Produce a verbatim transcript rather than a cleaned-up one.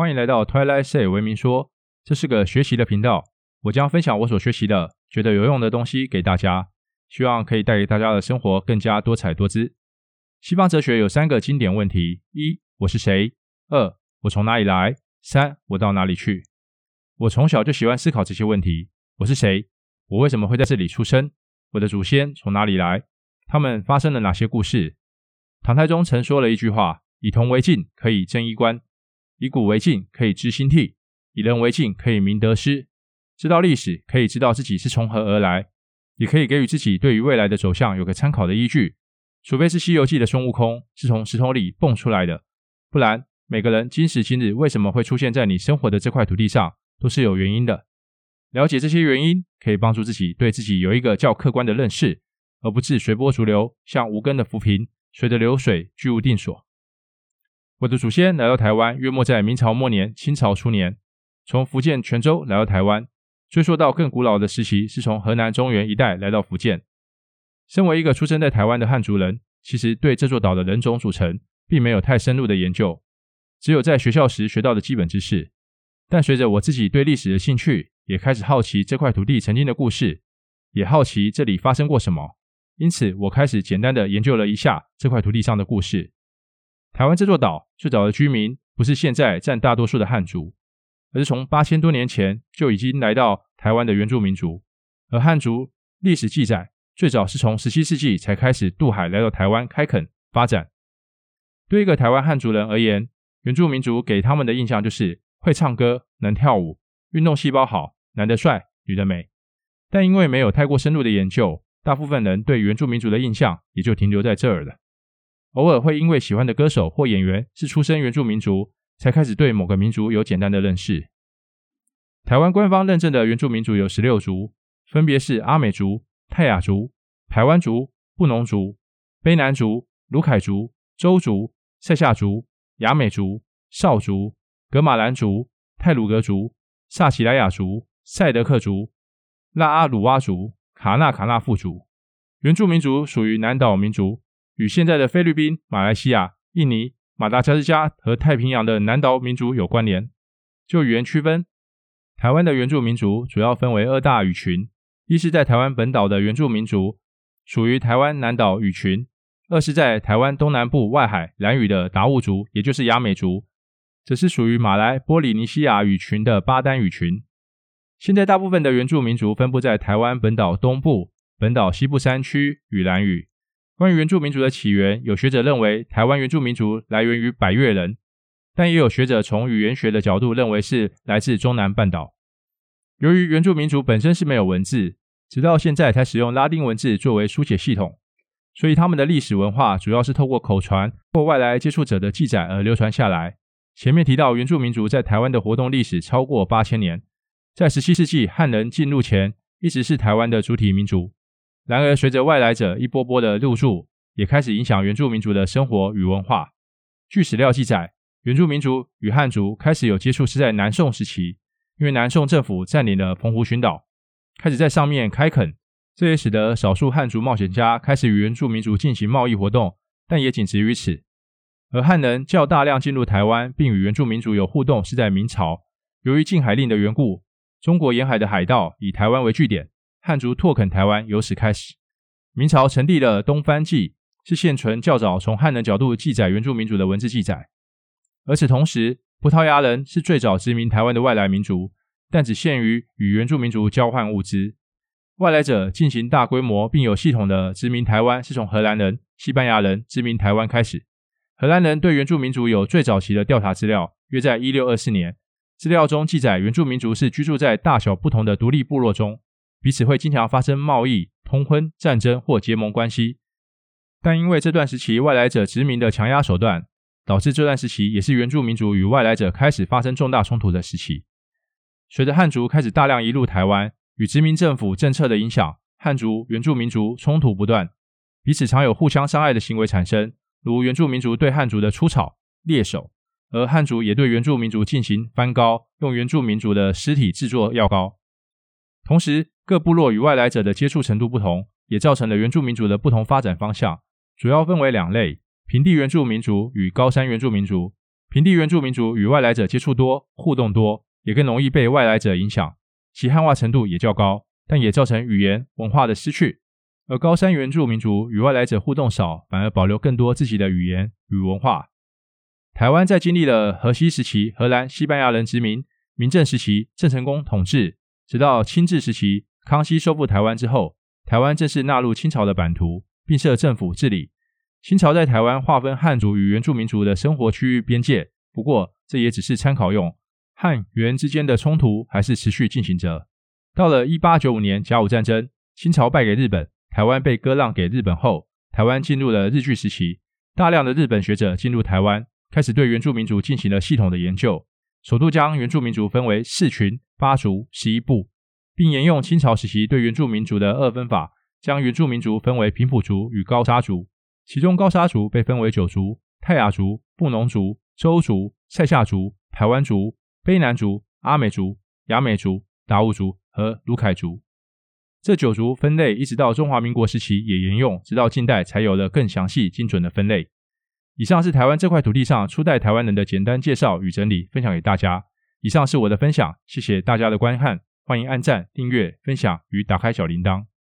欢迎来到 Twilight Say 为民说，这是个学习的频道，我将分享我所学习的觉得有用的东西给大家，希望可以带给大家的生活更加多彩多姿。西方哲学有三个经典问题：一、我是谁？二、我从哪里来？三、我到哪里去？我从小就喜欢思考这些问题。我是谁？我为什么会在这里出生？我的祖先从哪里来？他们发生了哪些故事？唐太宗曾说了一句话：以铜为镜，可以正衣冠；以古为镜，可以知兴替；以人为镜，可以明得失。知道历史，可以知道自己是从何而来，也可以给予自己对于未来的走向有个参考的依据。除非是《西游记》的孙悟空是从石头里蹦出来的，不然每个人今时今日为什么会出现在你生活的这块土地上，都是有原因的。了解这些原因，可以帮助自己对自己有一个较客观的认识，而不是随波逐流，像无根的浮萍，随着流水居无定所。我的祖先来到台湾约莫在明朝末年、清朝初年，从福建泉州来到台湾，追溯到更古老的时期，是从河南中原一带来到福建。身为一个出生在台湾的汉族人，其实对这座岛的人种组成并没有太深入的研究，只有在学校时学到的基本知识。但随着我自己对历史的兴趣，也开始好奇这块土地曾经的故事，也好奇这里发生过什么，因此我开始简单的研究了一下这块土地上的故事。台湾这座岛最早的居民不是现在占大多数的汉族，而是从八千多年前就已经来到台湾的原住民族。而汉族历史记载最早是从十七世纪才开始渡海来到台湾开垦发展。对一个台湾汉族人而言，原住民族给他们的印象就是会唱歌、能跳舞、运动细胞好、男的帅、女的美。但因为没有太过深入的研究，大部分人对原住民族的印象也就停留在这儿了。偶尔会因为喜欢的歌手或演员是出身原住民族，才开始对某个民族有简单的认识。台湾官方认证的原住民族有十六族，分别是阿美族、泰雅族、排湾族、布农族、卑南族、鲁凯族、邹族、塞夏族、雅美族、邵族、噶玛兰族、太鲁阁族、萨奇莱雅族、赛德克族、拉阿鲁哇族、卡纳卡纳富族。原住民族属于南岛民族，与现在的菲律宾、马来西亚、印尼、马达加斯加和太平洋的南岛民族有关联。就语言区分，台湾的原住民族主要分为二大语群，一是在台湾本岛的原住民族，属于台湾南岛语群；二是在台湾东南部外海兰屿的达悟族，也就是雅美族，则是属于马来波利尼西亚语群的巴丹语群。现在大部分的原住民族分布在台湾本岛东部、本岛西部山区与兰屿。关于原住民族的起源，有学者认为台湾原住民族来源于百越人，但也有学者从语言学的角度认为是来自中南半岛。由于原住民族本身是没有文字，直到现在才使用拉丁文字作为书写系统，所以他们的历史文化主要是透过口传或外来接触者的记载而流传下来。前面提到原住民族在台湾的活动历史超过八千年，在十七世纪汉人进入前一直是台湾的主体民族。然而随着外来者一波波的入驻，也开始影响原住民族的生活与文化。据史料记载，原住民族与汉族开始有接触是在南宋时期，因为南宋政府占领了澎湖群岛，开始在上面开垦，这也使得少数汉族冒险家开始与原住民族进行贸易活动，但也仅止于此。而汉人较大量进入台湾并与原住民族有互动是在明朝，由于禁海令的缘故，中国沿海的海盗以台湾为据点，汉族拓垦台湾由此开始。明朝成立了《东番记》，是现存较早从汉人角度记载原住民族的文字记载。而此同时，葡萄牙人是最早殖民台湾的外来民族，但只限于与原住民族交换物资。外来者进行大规模并有系统的殖民台湾是从荷兰人、西班牙人殖民台湾开始。荷兰人对原住民族有最早期的调查资料，约在一六二四年。资料中记载原住民族是居住在大小不同的独立部落中，彼此会经常发生贸易、通婚、战争或结盟关系。但因为这段时期外来者殖民的强压手段，导致这段时期也是原住民族与外来者开始发生重大冲突的时期。随着汉族开始大量移入台湾，与殖民政府政策的影响，汉族、原住民族冲突不断，彼此常有互相伤害的行为产生，如原住民族对汉族的出草、猎手，而汉族也对原住民族进行番膏，用原住民族的尸体制作药膏。同时，各部落与外来者的接触程度不同，也造成了原住民族的不同发展方向，主要分为两类：平地原住民族与高山原住民族。 平地原住民族与外来者接触多，互动多，也更容易被外来者影响，其汉化程度也较高，但也造成语言文化的失去。而高山原住民族与外来者互动少，反而保留更多自己的语言与文化。台湾在经历了荷西时期荷兰、西班牙人殖民、明郑时期郑成功统治，直到清治时期康熙收复台湾之后，台湾正式纳入清朝的版图，并设政府治理。清朝在台湾划分汉族与原住民族的生活区域边界，不过这也只是参考用，汉原之间的冲突还是持续进行着。到了一八九五年甲午战争，清朝败给日本，台湾被割让给日本后，台湾进入了日据时期，大量的日本学者进入台湾，开始对原住民族进行了系统的研究，首度将原住民族分为四群、八族、十一部，并沿用清朝时期对原住民族的二分法，将原住民族分为平埔族与高沙族，其中高沙族被分为九族、泰雅族、布农族、周族、塞夏族、排湾族、卑南族、阿美族、雅美族、达悟族和鲁凯族。这九族分类一直到中华民国时期也沿用，直到近代才有了更详细精准的分类。以上是台湾这块土地上初代台湾人的简单介绍与整理，分享给大家。以上是我的分享，谢谢大家的观看，欢迎按赞、订阅、分享与打开小铃铛。